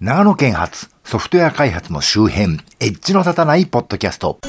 長野県発ソフトウェア開発の周辺、エッジの立たないポッドキャスト。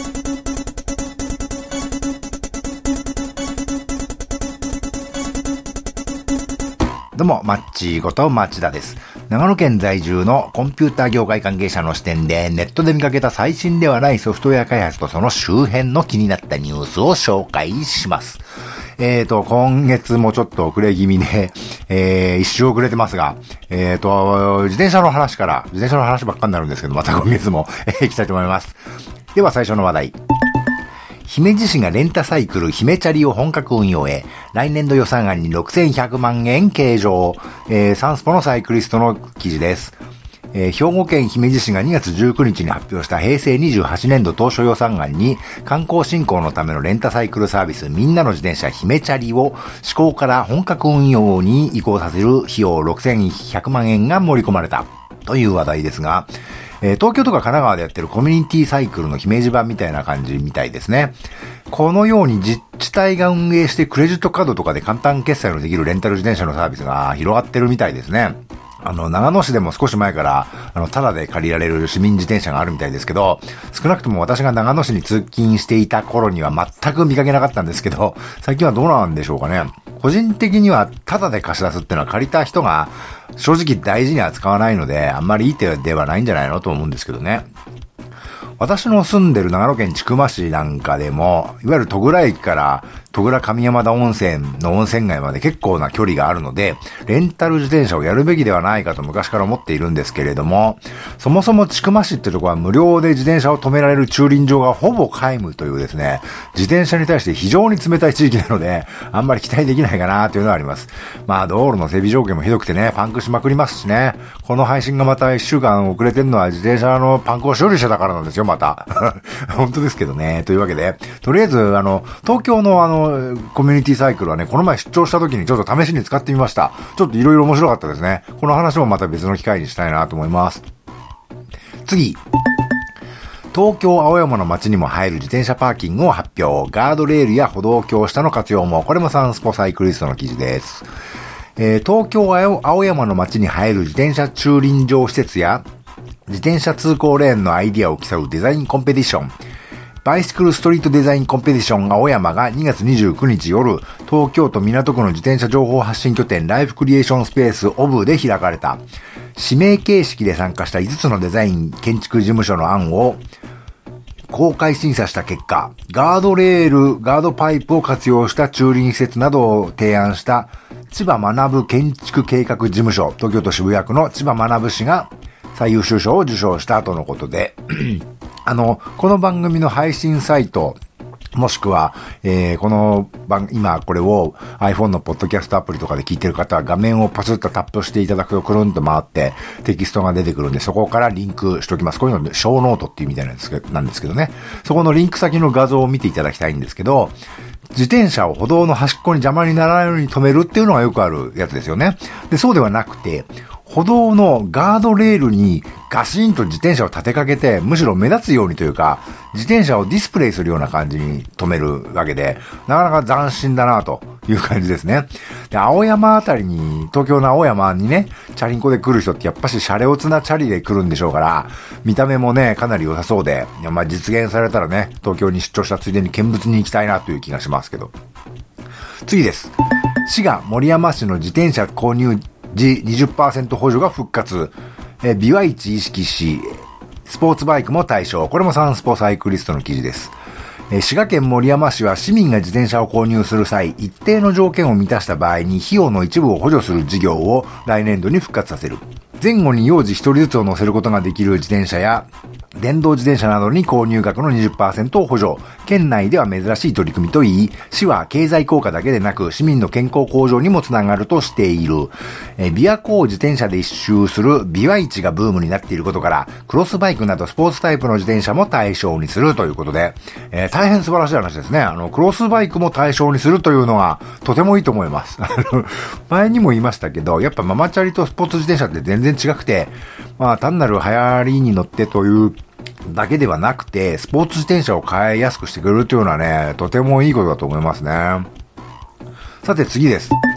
どうも、マッチーこと町田です。長野県在住のコンピューター業界関係者の視点でネットで見かけた最新ではないソフトウェア開発とその周辺の気になったニュースを紹介します。今月もちょっと遅れ気味で、一周遅れてますが、自転車の話ばっかになるんですけど、また今月も、行きたいと思います。では最初の話題。姫路市がレンタサイクル姫チャリを本格運用へ、来年度予算案に6100万円計上、サンスポのサイクリストの記事です。兵庫県姫路市が2月19日に発表した平成28年度当初予算案に、観光振興のためのレンタサイクルサービスみんなの自転車姫チャリを施行から本格運用に移行させる費用6100万円が盛り込まれたという話題ですが、東京とか神奈川でやってるコミュニティサイクルの姫路版みたいな感じみたいですね。このように自治体が運営してクレジットカードとかで簡単決済のできるレンタル自転車のサービスが広がってるみたいですね。長野市でも少し前から、タダで借りられる市民自転車があるみたいですけど、少なくとも私が長野市に通勤していた頃には全く見かけなかったんですけど、最近はどうなんでしょうかね。個人的にはタダで貸し出すっていうのは借りた人が正直大事に扱わないので、あんまりいい手ではないんじゃないのと思うんですけどね。私の住んでる長野県千曲市なんかでも、いわゆる戸倉駅から戸倉上山田温泉の温泉街まで結構な距離があるので、レンタル自転車をやるべきではないかと昔から思っているんですけれども、そもそも千曲市ってところは無料で自転車を止められる駐輪場がほぼ皆無というですね、自転車に対して非常に冷たい地域なので、あんまり期待できないかなというのはあります。まあ道路の整備条件もひどくてね、パンクしまくりますしね、この配信がまた1週間遅れてるのは自転車のパンクを処理してたからなんですよ、また。本当ですけどね。というわけで、とりあえず、東京のコミュニティサイクルはね、この前出張した時にちょっと試しに使ってみました。ちょっといろいろ面白かったですね。この話もまた別の機会にしたいなと思います。次。東京青山の街にも入る自転車パーキングを発表。ガードレールや歩道橋下の活用も、これもサンスポサイクリストの記事です。東京青山の街に入る自転車駐輪場施設や、自転車通行レーンのアイディアを競うデザインコンペティション。バイシクルストリートデザインコンペティション青山が2月29日夜、東京都港区の自転車情報発信拠点ライフクリエーションスペースオブで開かれた。指名形式で参加した5つのデザイン建築事務所の案を公開審査した結果、ガードレール、ガードパイプを活用した駐輪施設などを提案した千葉学建築計画事務所、東京都渋谷区の千葉学氏が最優秀賞を受賞したとのことで、この番組の配信サイト、もしくは、今これを iPhone のポッドキャストアプリとかで聞いてる方は画面をパスッとタップしていただくとくるんと回ってテキストが出てくるんで、そこからリンクしておきます。こういうので小ノートっていうみたいなんですけどね。そこのリンク先の画像を見ていただきたいんですけど、自転車を歩道の端っこに邪魔にならないように止めるっていうのがよくあるやつですよね。で、そうではなくて、歩道のガードレールにガシンと自転車を立てかけて、むしろ目立つようにというか、自転車をディスプレイするような感じに止めるわけで、なかなか斬新だなという感じですね。で、青山あたりに、東京の青山にね、チャリンコで来る人ってやっぱしシャレオツなチャリで来るんでしょうから、見た目もね、かなり良さそうで、実現されたらね、東京に出張したついでに見物に行きたいなという気がしますけど。次です。滋賀守山市の自転車購入時 20% 補助が復活。ビワイチ意識し、スポーツバイクも対象。これもサンスポサイクリストの記事です。滋賀県守山市は市民が自転車を購入する際、一定の条件を満たした場合に費用の一部を補助する事業を来年度に復活させる。前後に幼児一人ずつを乗せることができる自転車や、電動自転車などに購入額の 20% を補助。県内では珍しい取り組みといい、市は経済効果だけでなく市民の健康向上にもつながるとしている。琵琶湖を自転車で一周するビワイチがブームになっていることから、クロスバイクなどスポーツタイプの自転車も対象にするということで、大変素晴らしい話ですね。クロスバイクも対象にするというのはとてもいいと思います。前にも言いましたけど、やっぱママチャリとスポーツ自転車って全然違くて、単なる流行りに乗ってというだけではなくて、スポーツ自転車を買いやすくしてくれるというのはね、とてもいいことだと思いますね。さて次です。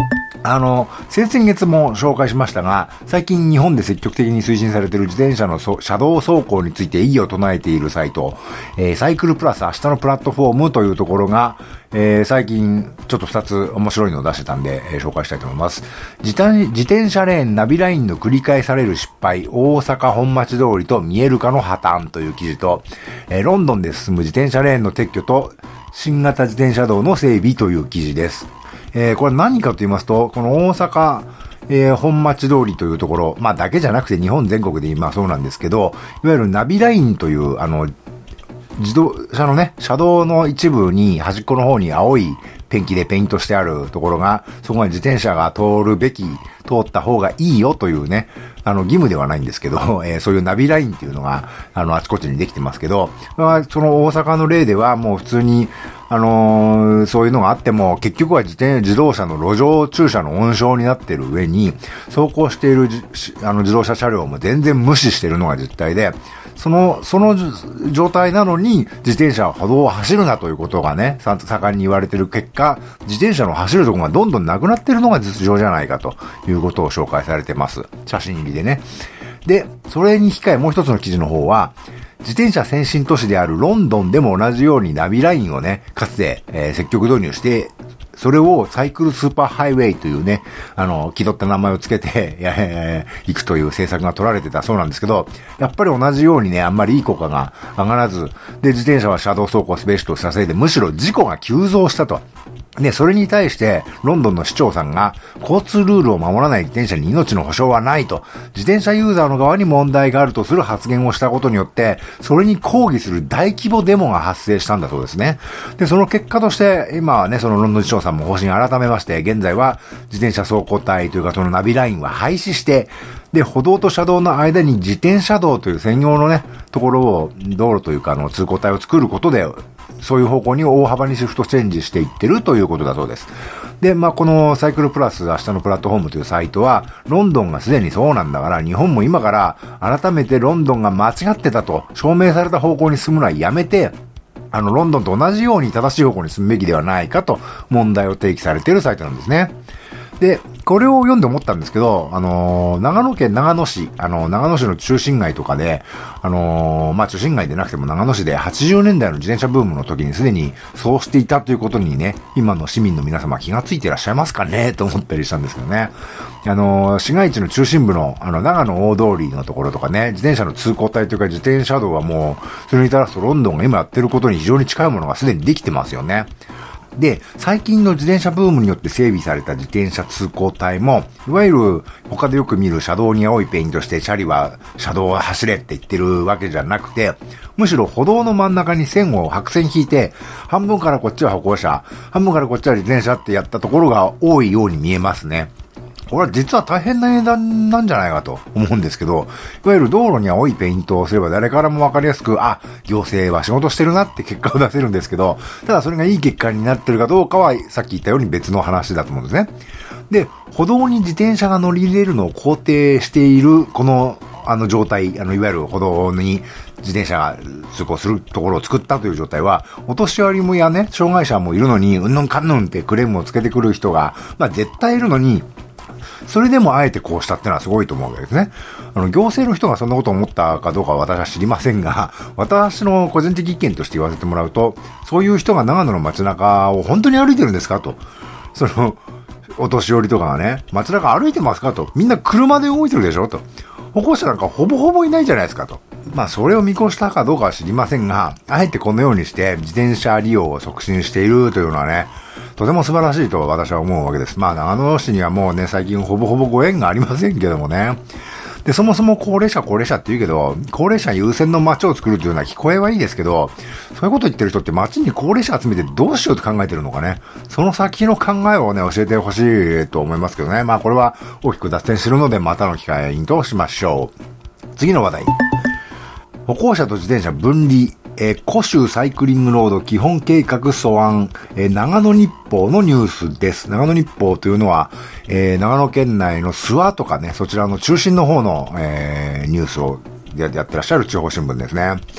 先々月も紹介しましたが、最近日本で積極的に推進されている自転車の車道走行について異議を唱えているサイト、サイクルプラス明日のプラットフォームというところが、最近ちょっと2つ面白いのを出してたんで、紹介したいと思います。自転車レーンナビラインの繰り返される失敗、大阪本町通りと見える化の破綻という記事と、ロンドンで進む自転車レーンの撤去と新型自転車道の整備という記事です。これ何かと言いますと、この大阪、本町通りというところ、まあだけじゃなくて日本全国で今そうなんですけど、いわゆるナビラインという、自動車のね、車道の一部に端っこの方に青いペンキでペイントしてあるところが、そこに自転車が通った方がいいよというね、義務ではないんですけど、そういうナビラインっていうのが、あちこちにできてますけど、その大阪の例ではもう普通に、そういうのがあっても、結局は自動車の路上駐車の温床になっている上に、走行している自動車車両も全然無視しているのが実態で、その状態なのに、自転車は歩道を走るなということがね、盛んに言われている結果、自転車の走るところがどんどんなくなっているのが実情じゃないかということを紹介されてます。写真入りでね。で、それに控えもう一つの記事の方は、自転車先進都市であるロンドンでも同じようにナビラインをね、かつて、積極導入して、それをサイクルスーパーハイウェイというね、気取った名前をつけて、行くという政策が取られてたそうなんですけど、やっぱり同じようにね、あんまりいい効果が上がらず、で、自転車は車道走行すべしとしたせいで、むしろ事故が急増したと。で、それに対して、ロンドンの市長さんが、交通ルールを守らない自転車に命の保証はないと、自転車ユーザーの側に問題があるとする発言をしたことによって、それに抗議する大規模デモが発生したんだそうですね。で、その結果として、今はね、そのロンドン市長さんも方針を改めまして、現在は自転車走行帯というか、そのナビラインは廃止して、で、歩道と車道の間に自転車道という専用のね、ところを、道路というか、通行帯を作ることで、そういう方向に大幅にシフトチェンジしていってるということだそうです。で、このサイクルプラス明日のプラットフォームというサイトは、ロンドンがすでにそうなんだから、日本も今から改めてロンドンが間違ってたと証明された方向に進むのはやめて、ロンドンと同じように正しい方向に進むべきではないかと問題を提起されているサイトなんですね。で、これを読んで思ったんですけど、長野県長野市、長野市の中心街とかで、中心街でなくても長野市で80年代の自転車ブームの時にすでにそうしていたということにね、今の市民の皆様気がついていらっしゃいますかねと思ったりしたんですけどね。市街地の中心部の、長野大通りのところとかね、自転車の通行帯というか自転車道はもう、それに至らすとロンドンが今やってることに非常に近いものがすでにできてますよね。で、最近の自転車ブームによって整備された自転車通行帯も、いわゆる他でよく見る車道に青いペイントしてチャリは車道を走れって言ってるわけじゃなくて、むしろ歩道の真ん中に白線引いて、半分からこっちは歩行者、半分からこっちは自転車ってやったところが多いように見えますね。これは実は大変な値段なんじゃないかと思うんですけど、いわゆる道路に青いペイントをすれば誰からもわかりやすく、行政は仕事してるなって結果を出せるんですけど、ただそれがいい結果になってるかどうかはさっき言ったように別の話だと思うんですね。で、歩道に自転車が乗り入れるのを肯定している、この、状態、いわゆる歩道に自転車が通行するところを作ったという状態は、お年寄りもやね、障害者もいるのに、うんぬんかんぬんってクレームをつけてくる人が、絶対いるのに、それでもあえてこうしたってのはすごいと思うわけですね。行政の人がそんなことを思ったかどうかは私は知りませんが、私の個人的意見として言わせてもらうと、そういう人が長野の街中を本当に歩いてるんですかと。お年寄りとかがね、街中歩いてますかと。みんな車で動いてるでしょと。歩行者なんかほぼほぼいないじゃないですかと。それを見越したかどうかは知りませんが、あえてこのようにして自転車利用を促進しているというのはね、とても素晴らしいと私は思うわけです。長野市にはもうね、最近ほぼほぼご縁がありませんけどもね。で、そもそも高齢者って言うけど、高齢者優先の街を作るというのは聞こえはいいですけど、そういうこと言ってる人って街に高齢者集めてどうしようと考えてるのかね。その先の考えをね、教えてほしいと思いますけどね。これは大きく脱線するので、またの機会にとしましょう。次の話題。歩行者と自転車分離。古州サイクリングロード基本計画素案、長野日報のニュースです。長野日報というのは、長野県内の諏訪とかね、そちらの中心の方の、ニュースをやってらっしゃる地方新聞ですね。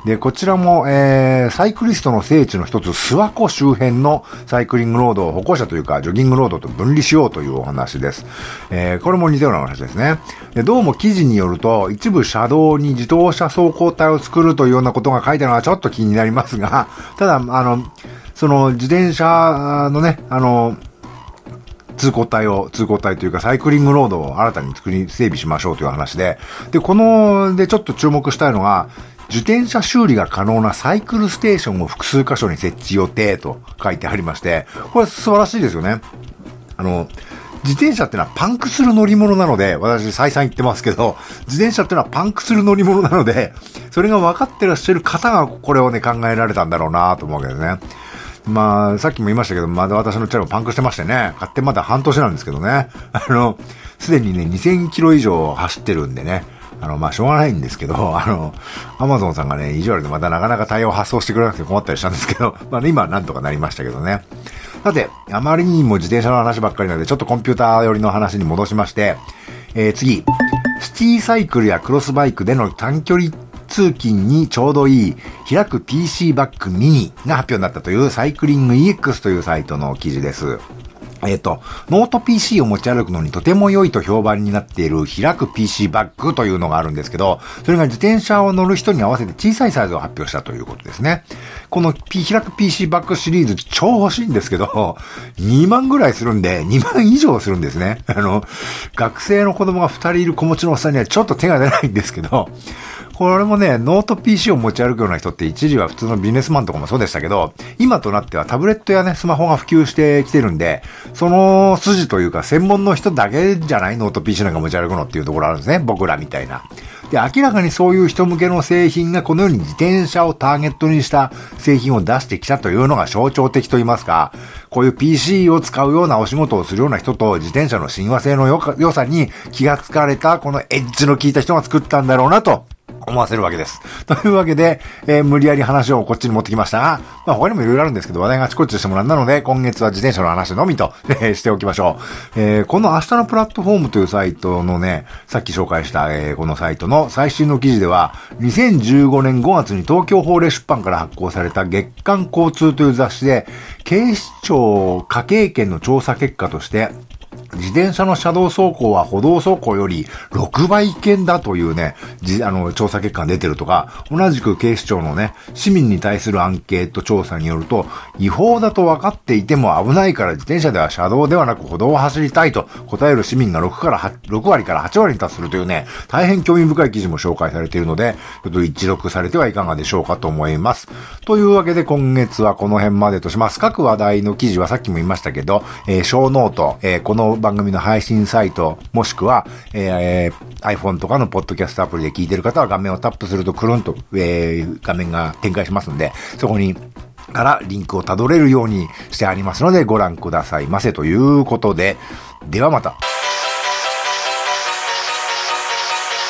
で、こちらも、サイクリストの聖地の一つ、諏訪湖周辺のサイクリングロードを歩行者というか、ジョギングロードと分離しようというお話です。これも似たような話ですね。で、どうも記事によると、一部車道に自動車走行帯を作るというようなことが書いてあるのはちょっと気になりますが、ただ、その自転車のね、通行帯というかサイクリングロードを新たに整備しましょうという話で、で、ちょっと注目したいのが、自転車修理が可能なサイクルステーションを複数箇所に設置予定と書いてありまして、これ素晴らしいですよね。自転車ってのはパンクする乗り物なので、私再三言ってますけど、自転車ってのはパンクする乗り物なので、それが分かってらっしゃる方がこれをね、考えられたんだろうなと思うわけですね。まあ、さっきも言いましたけど、まだ私のチャリもパンクしてましてね、買ってまだ半年なんですけどね、すでにね、2000キロ以上走ってるんでね、まあ、しょうがないんですけど、アマゾンさんがね、意地悪でまたなかなか対応発送してくれなくて困ったりしたんですけど、まあ、今はなんとかなりましたけどね。さて、あまりにも自転車の話ばっかりなので、ちょっとコンピューター寄りの話に戻しまして、次、シティサイクルやクロスバイクでの短距離通勤にちょうどいい開く PC バッグミニが発表になったというサイクリング EX というサイトの記事です。ノート PC を持ち歩くのにとても良いと評判になっている開く PC バッグというのがあるんですけど、それが自転車を乗る人に合わせて小さいサイズを発表したということですね。この開く PC バッグシリーズ超欲しいんですけど、2万ぐらいするんで、2万以上するんですね。学生の子供が2人いる子持ちのおっさんにはちょっと手が出ないんですけど、これもね、ノート PC を持ち歩くような人って一時は普通のビジネスマンとかもそうでしたけど、今となってはタブレットやね、スマホが普及してきてるんで、その筋というか専門の人だけじゃないノート PC なんか持ち歩くのっていうところあるんですね。僕らみたいな。で、明らかにそういう人向けの製品がこのように自転車をターゲットにした製品を出してきたというのが象徴的と言いますか、こういう PC を使うようなお仕事をするような人と自転車の親和性の良さに気がつかれたこのエッジの効いた人が作ったんだろうなと思わせるわけです。というわけで、無理やり話をこっちに持ってきましたが、まあ他にもいろいろあるんですけど、話題があちこちとしてもらったので、今月は自転車の話のみと、しておきましょう。この明日のプラットフォームというサイトのね、さっき紹介した、このサイトの最新の記事では、2015年5月に東京法令出版から発行された月刊交通という雑誌で、警視庁科警研の調査結果として、自転車の車道走行は歩道走行より6倍危険だというね、調査結果が出てるとか、同じく警視庁のね、市民に対するアンケート調査によると、違法だと分かっていても危ないから自転車では車道ではなく歩道を走りたいと答える市民が6割から8割に達するというね、大変興味深い記事も紹介されているので、ちょっと一読されてはいかがでしょうかと思います。というわけで今月はこの辺までとします。各話題の記事はさっきも言いましたけど、小ノート、この番組の配信サイト、もしくは、iPhone とかのポッドキャストアプリで聞いてる方は画面をタップするとくるんと、画面が展開しますんで、そこにからリンクをたどれるようにしてありますのでご覧くださいませということで、ではまた。